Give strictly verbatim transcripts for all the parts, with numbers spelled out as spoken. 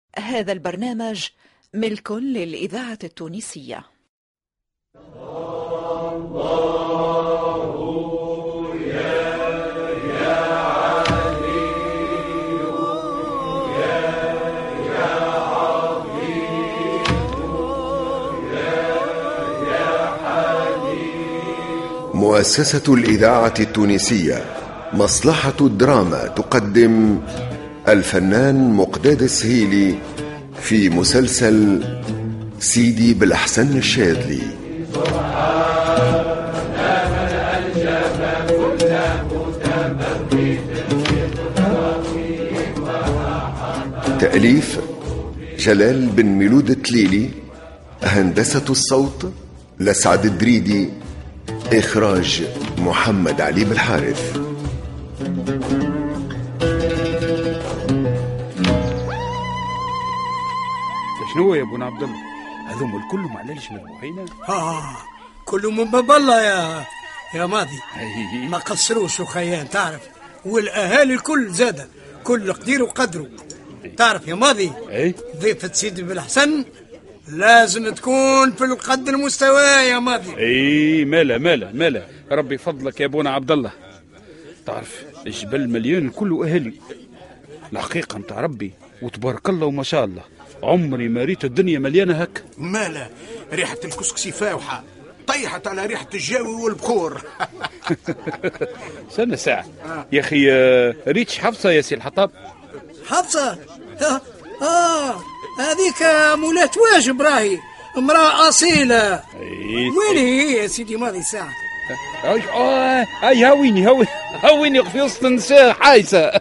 هذا البرنامج ملك للإذاعة التونسية. مؤسسة الإذاعة التونسية مصلحة الدراما تقدم الفنان مقداد السهيلي في مسلسل سيدي بالحسن الشاذلي. تأليف جلال بن ميلود التليلي، هندسة الصوت لسعد الدريدي، إخراج محمد علي بالحارث. شنو يا ابونا عبد الله؟ هذوم الكل معلش من البحينة؟ اه كله من باب الله يا يا ماضي. ما قصروش وخيان تعرف، والاهالي الكل زاده كل قدير وقدره. تعرف يا ماضي، اي ضيفة سيدي بالحسن لازم تكون في القد المستوى يا ماضي. اي مالا مالا مالا، ربي فضلك يا ابونا عبد الله. تعرف الجبل مليان كله اهالي الحقيقه نتاع ربي، وتبارك الله وما شاء الله. عمري ما ريت الدنيا مليانه هكا. مالا ريحه الكسكسي فاوحه، طيحت على ريحه الجاوي والبخور. سنة ساعه يا اخي، ريتش حفصه يا سي الحطاب؟ حفصه اه, آه. هذيك مولاة واجب راهي، امرأة أصيلة. وين هي يا سيدي ماضي ساعة؟ اي اه اي هاويني هاويني هاويني في وسط النساء حايسة.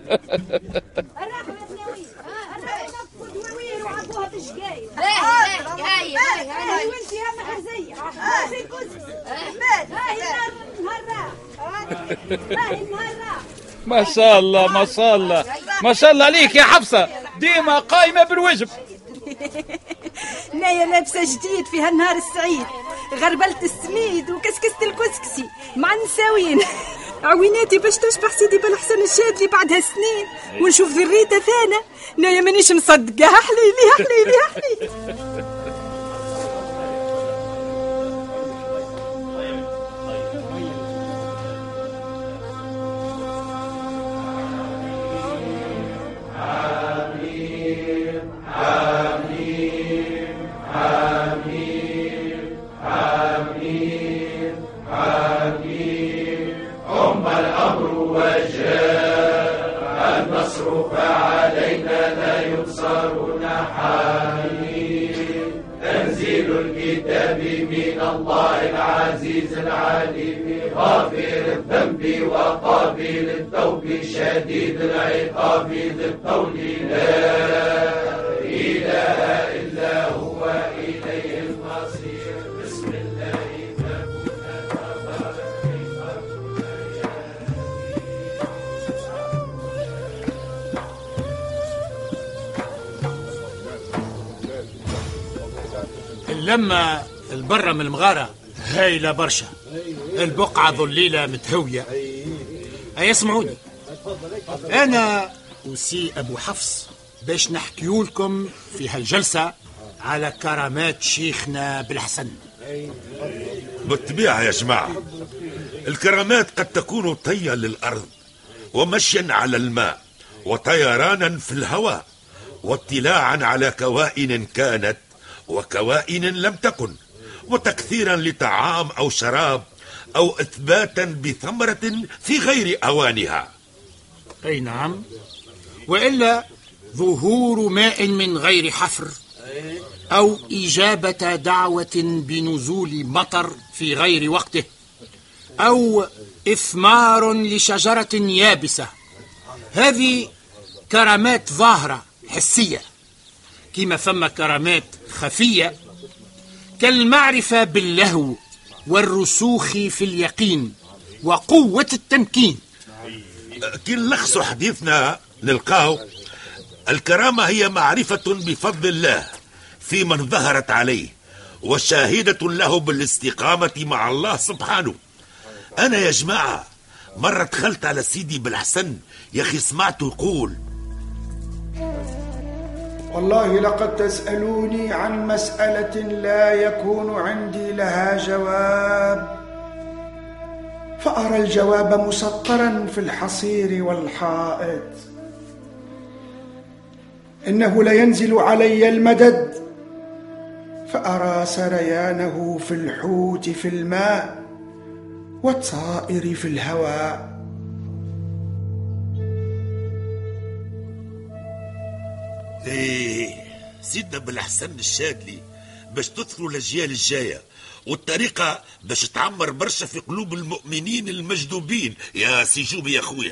ما شاء الله ما شاء الله ما شاء الله عليك يا حفصة، ديما قايمة بالواجب. نايا لابسة جديد في هالنهار السعيد، غربلت السميد وكسكست الكسكسي مع النساوين. عويناتي باش تشبح سيدي بالحسن الشاذلي بعد هالسنين ونشوف ذريته ثانة. نايا مانيش مصدقة. حليلي حليلي حليلي. من الله العزيز العليم، غافر الذنب وقابل التوب، شديد العقاب، ذي الطول، لا إله إلا هو، إليه المصير. بسم الله تبارك لما البرة من المغارة هايلة برشا، البقعة ظليلة متهوية. يسمعوني أنا وسي أبو حفص باش نحكيولكم في هالجلسة على كرامات شيخنا بالحسن. بالطبيعة يا جماعة، الكرامات قد تكون طيا للأرض، ومشيا على الماء، وطيرانا في الهواء، واطلاعا على كوائن كانت وكوائن لم تكن، وتكثيرا لطعام أو شراب، أو إثباتا بثمرة في غير أوانها. أي نعم، وإلا ظهور ماء من غير حفر، أو إجابة دعوة بنزول مطر في غير وقته، أو إثمار لشجرة يابسة. هذه كرامات ظاهرة حسية، كما ثم كرامات خفية كالمعرفة باللهو والرسوخ في اليقين وقوة التمكين. كي نلخص حديثنا نلقاو الكرامة هي معرفة بفضل الله في من ظهرت عليه، وشاهدة له بالاستقامة مع الله سبحانه. أنا يا جماعة مرة دخلت على سيدي بالحسن يا أخي، سمعته يقول والله لقد تسألوني عن مسألة لا يكون عندي لها جواب، فأرى الجواب مسطرا في الحصير والحائط. إنه لينزل علي المدد، فأرى سريانه في الحوت في الماء والطائر في الهواء. ايه سيدنا بالحسن الشاذلي باش تذكروا الاجيال الجايه، والطريقه باش تعمر برشا في قلوب المؤمنين المجذوبين يا سيجوبي يا خويا.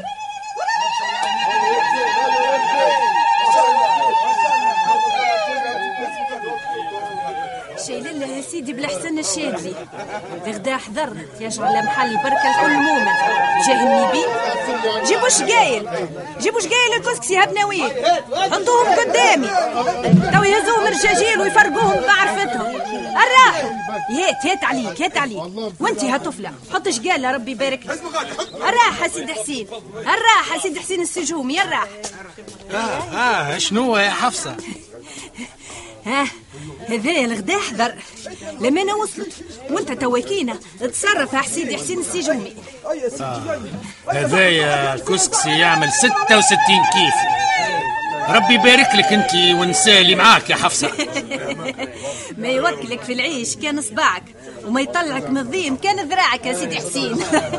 شايل لها سيدي بالحسن الشاذلي غدا حذر يجعل محل بركه لكل مؤمن. جاه النبي جيبوا شقايل جيبوا شقايل الكسكسي هبناويل حطوهم قدامي تو يهزوهم الرجاجيل ويفرقوهم بمعرفتهم. الراحوا يات يات عليك يات عليك وانتي هطفله حط شقاله ربي يبارك لك. الراحه سيدي حسين الراحه سيدي حسين السجومي الراحه. اه اه شنو يا حفصه؟ ها هذايا الغدا حذر لما انا وصلت وانت تواكينا تصرف يا حسيدي حسين السجومي. آه. هذايا كسكسي يعمل ستة وستين كيف. ربي يبارك لك انت ونساء اللي معاك يا حفصه. ما يوكلك في العيش كان صباعك وما يطلعك من الضيم كان ذراعك يا سيدي حسين.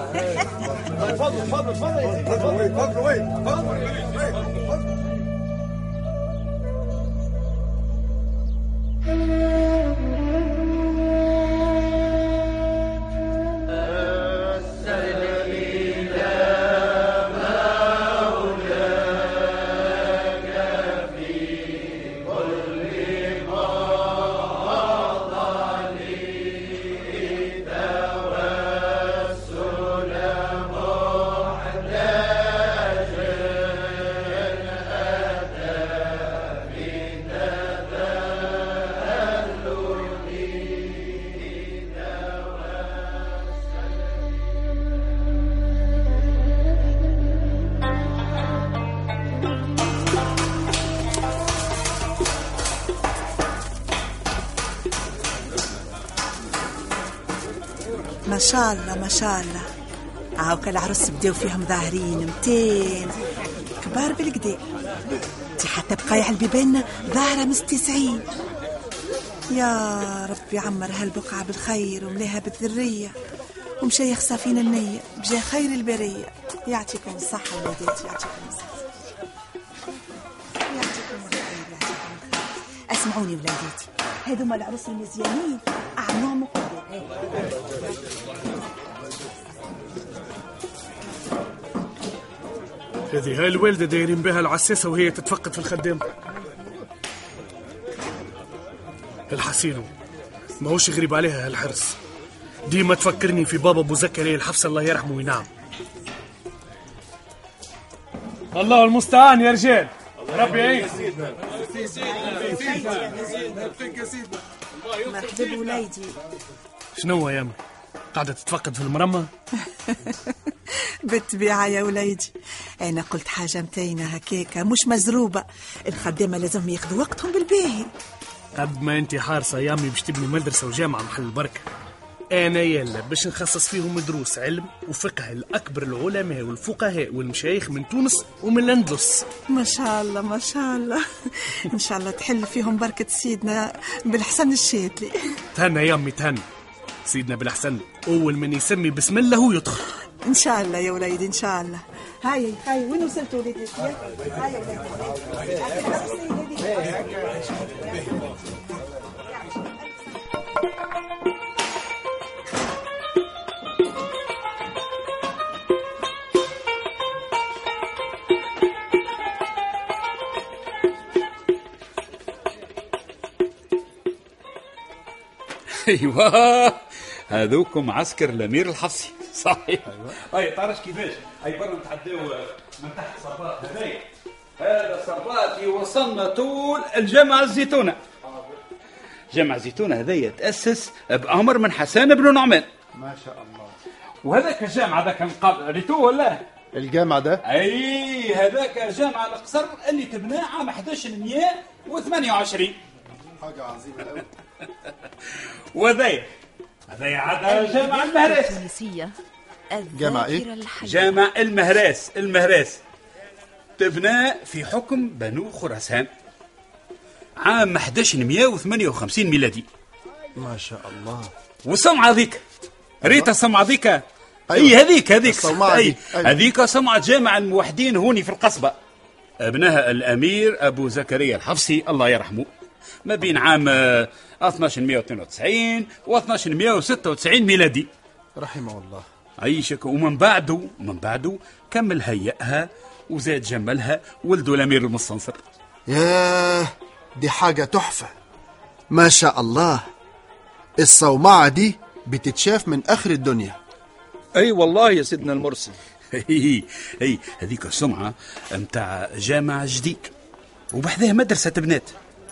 ما شاء الله ما شاء الله. عاوك العروس بداو فيهم ظاهرين متين كبار بالكدا. انت حتى بقايع البيبان ظاهره مستسعين. يا ربي عمر هالبقعه بالخير وملاها بالذريه ومشيخ صافينا النيه بجاه خير البريه. يعطيكم الصحه ولاداتي يعطيكم الصحه يعطيكم الخير يعطيكم الخير. اسمعوني ولاداتي هذوما العروس المزيانين اعملوهم قدام. هذه هاي الوالده دايرين بها العساسه وهي تتفقد في الخدام. الحسينو ماهوش غريب عليها هالحرص، ديما تفكرني في بابا ابو زكريا الحفصه الله يرحمه وينعم. الله المستعان يا رجال. ربي يعين. مرحبا وليدي. شنو يا امي قاعده تتفقد في المرمى؟ بالطبيعه يا وليدي انا قلت حاجه متينه هكاكا مش مزروبه. الخدامه لازم ياخذوا وقتهم بالباهي. قد ما انت حارصه يا امي باش تبني مدرسه وجامعه محل البركه، انا يلا باش نخصص فيهم دروس علم وفقه لاكبر العلماء والفقهاء والمشايخ من تونس ومن الاندلس. ما شاء الله ما شاء الله. ان شاء الله تحل فيهم بركه سيدنا بالحسن الشاذلي. تهنى يا امي تهنى. سيدنا بالحسن اول من يسمي بسم الله هو يدخل ان شاء الله يا وليدي ان شاء الله. هاي هاي وين وصلتوا وليدي؟ هاي يا وليدي. ايوه هذوكم عسكر الامير الحفصي صحيح. اي تعرفش كيفاش اي برا نتعداو من تحت صربات. هذايا هذا صربات يوصلنا طول الجامعه الزيتونه. جامعه الزيتونه هذايا تاسس بامر من حسان بن نعمان ما شاء الله. وهذاك الجامعه ذاك قريتوه ولا الجامع ده؟ اي هذاك جامع القصر اللي تبنى عام أحد عشر مئة وثمانية وعشرين. حاجة عظيمة قوي. وذايا هذايا عاد جامع المهراس. جامع ايه؟ جامع المهراس. المهراس تبنى في حكم بنو خراسان عام أحد عشر مئة وثمانية وخمسين ميلادي. ما شاء الله. والصمعة ذيك ريت الصمعة ذيك. أيوة. اي هذيك هذيك أي. هذيك صمعة جامع الموحدين هوني في القصبة، ابنها الامير ابو زكريا الحفصي الله يرحمه ما بين عام اثني عشر مئة واثنين وتسعين و اثني عشر مئة وستة وتسعين ميلادي رحمه الله. عيشك. ومن بعده من بعده كمل هيئها وزاد جملها ولده الامير المستنصر. ياه دي حاجة تحفة ما شاء الله. الصومعة دي بتتشاف من اخر الدنيا. اي والله يا سيدنا المرسي. هي هي هذيك السمعة متاع جامع جديد وبحذاه مدرسة بنات.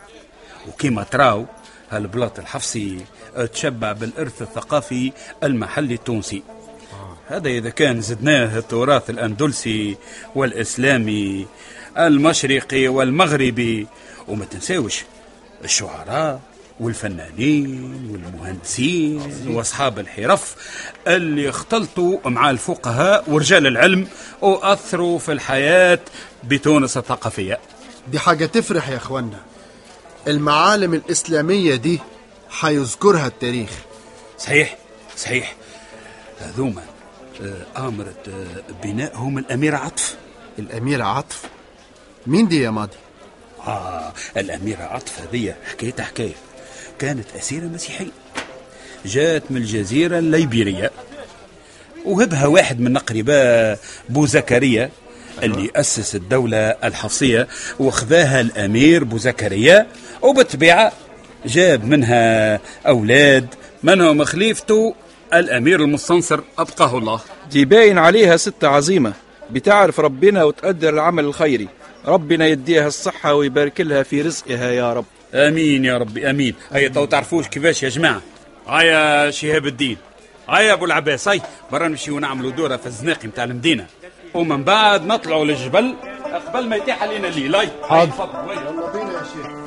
وكما تراو هالبلاط الحفصي تشبع بالإرث الثقافي المحلي التونسي. هذا إذا كان زدناه التراث الأندلسي والإسلامي المشرقي والمغربي. وما تنساوش الشعراء والفنانين والمهندسين واصحاب الحرف اللي اختلطوا مع الفقهاء ورجال العلم واثروا في الحياة بتونس الثقافية. دي حاجة تفرح يا اخوانا. المعالم الإسلامية دي حيذكرها التاريخ. صحيح صحيح. هذوما آمرت بنائهم الأميرة عطف. الأميرة عطف مين دي يا ماضي؟ آه الأميرة عطف هذه حكاية حكاية. كانت أسيرة مسيحية جاءت من الجزيرة الليبيرية وهبها واحد من أقرباء بو زكريا اللي أسس الدولة الحفصية وخذاها الأمير بو زكريا. وبالطبيعة جاب منها أولاد منهم خليفته الأمير المستنصر أبقاه الله. دي باين عليها ست عظيمة بتعرف ربنا وتقدر العمل الخيري. ربنا يديها الصحة ويبارك لها في رزقها يا رب. امين يا ربي امين. هيا تو تعرفوش كيفاش يا جماعه. هيا شهاب الدين هيا ابو العباس هيا برا نمشيو نعملوا دوره في الزناقي نتاع المدينه ومن بعد نطلعوا للجبل قبل ما يتيح علينا الليل. هيا حاضر يلا بينا يا شيخ.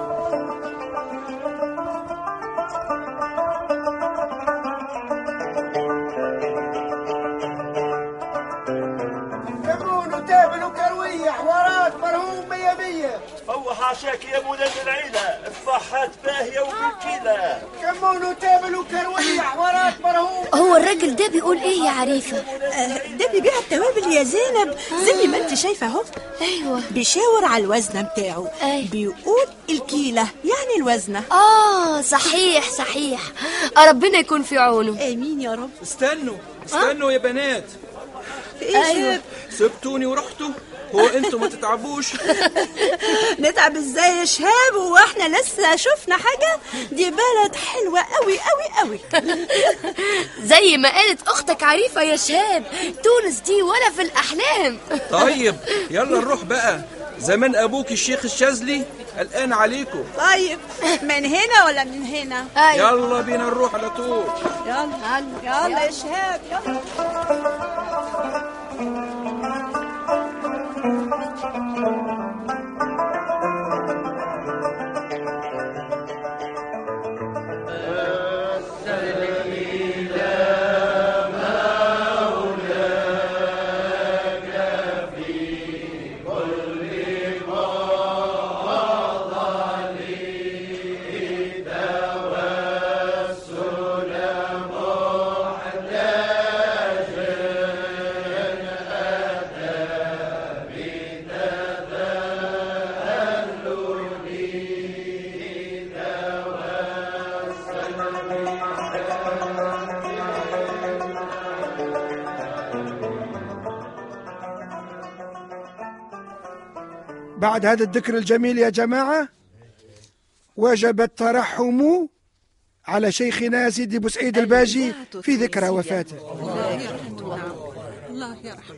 هو حاشاك يا مولاد العيلة الصحات باهية وبالكيلة. كمون وتابل وكرويح وراك مرهوم. هو الراجل ده بيقول ايه يا عريفة؟ آه ده بيبيع التوابل يا زينب زي ما انت شايفة اهو. ايوه بيشاور على الوزنة بتاعه. أيوة. بيقول الكيلة يعني الوزنة. اه صحيح صحيح. ربنا يكون في عونه. امين يا رب. استنوا استنوا يا بنات. ايوه سبتوني ورحتوا. هو انتوا ما تتعبوش؟ نتعب ازاي يا شهاب واحنا لسه شفنا حاجة؟ دي بلد حلوة قوي قوي قوي. زي ما قالت اختك عريفة يا شهاب تونس دي ولا في الاحلام. طيب يلا نروح بقى. زمان ابوك الشيخ الشاذلي قلقان عليكم. طيب من هنا ولا من هنا؟ أيوة. يلا بينا نروح على طول. يلا يلا يا شهاب يلا. بعد هذا الذكر الجميل يا جماعة وجب الترحم على شيخنا سيدي بوسعيد الباجي في ذكرى وفاته. الله يرحمه.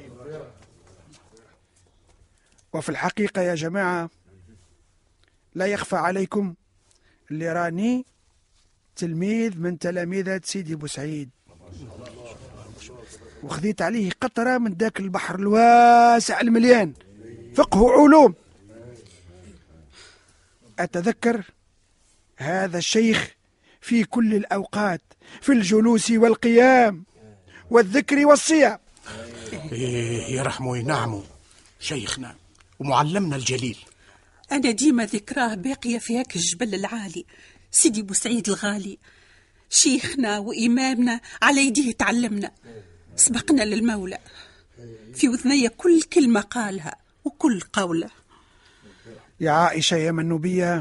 وفي الحقيقة يا جماعة لا يخفى عليكم اللي راني تلميذ من تلاميذة سيدي بوسعيد وخذيت عليه قطرة من ذاك البحر الواسع المليان فقه وعلوم. أتذكر هذا الشيخ في كل الأوقات، في الجلوس والقيام والذكر والصيام. إيه يرحمه وينعمه شيخنا ومعلمنا الجليل. أنا ديما ذكراه باقية في هاك الجبل العالي، سيدي بوسعيد الغالي شيخنا وإمامنا، على يديه تعلمنا، سبقنا للمولى، في وذنية كل كلمة قالها وكل قولة. يا عائشة يا منوبية،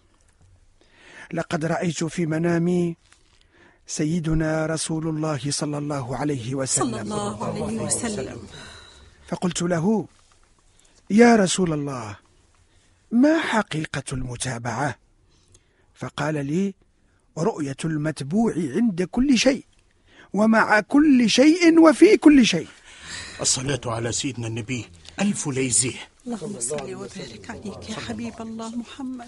لقد رأيت في منامي سيدنا رسول الله صلى الله عليه وسلم صلى الله عليه وسلم، فقلت له: يا رسول الله، ما حقيقة المتابعة؟ فقال لي: رؤية المتبوع عند كل شيء ومع كل شيء وفي كل شيء. الصلاة على سيدنا النبي ألف ليزيه. اللهم صل وبارك عليك يا حبيب الله محمد.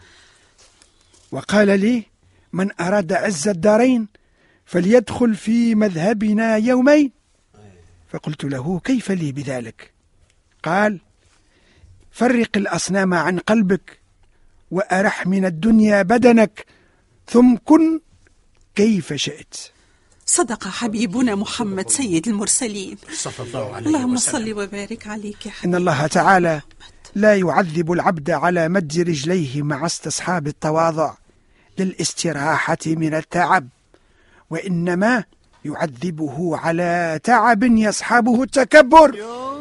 وقال لي: من أراد عز الدارين فليدخل في مذهبنا يومين. فقلت له: كيف لي بذلك؟ قال: فرق الأصنام عن قلبك وأرح من الدنيا بدنك ثم كن كيف شئت. صدق حبيبنا محمد سيد المرسلين صلى الله عليه اللهم وسلم. صل وبارك عليك يا حبيبي. إن الله تعالى لا يعذب العبد على مد رجليه مع استصحاب التواضع للاستراحة من التعب، وإنما يعذبه على تعب يصحبه التكبر.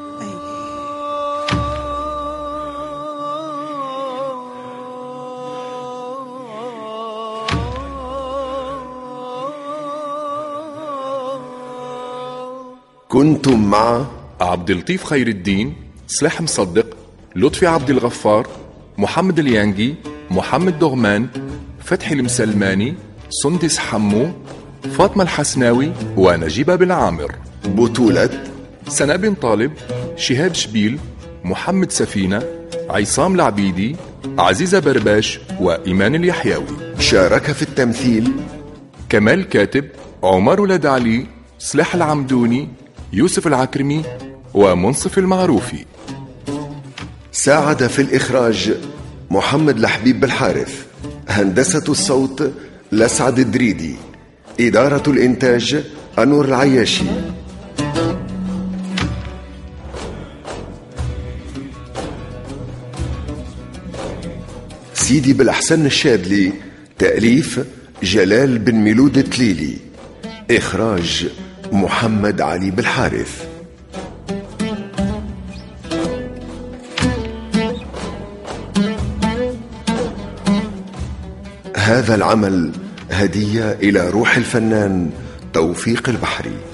كنتم مع عبد اللطيف خير الدين، سلاح مصدق، لطفي عبد الغفار، محمد اليانجي، محمد دغمان، فتحي المسلماني، سندس حمو، فاطمة الحسناوي ونجيبة بن عامر. بطولة سناء بن طالب، شهاب شبيل، محمد سفينة، عصام العبيدي، عزيزة برباش وإيمان اليحيوي. شارك في التمثيل كمال كاتب، عمر ولد علي، سلاح العمدوني، يوسف العكرمي ومنصف المعروفي. ساعد في الإخراج محمد لحبيب بالحارث، هندسة الصوت لسعد الدريدي، إدارة الإنتاج أنور العياشي. سيدي بالأحسن الشاذلي، تأليف جلال بن ميلود التليلي، إخراج محمد علي بالحارث. هذا العمل هدية إلى روح الفنان توفيق البحري.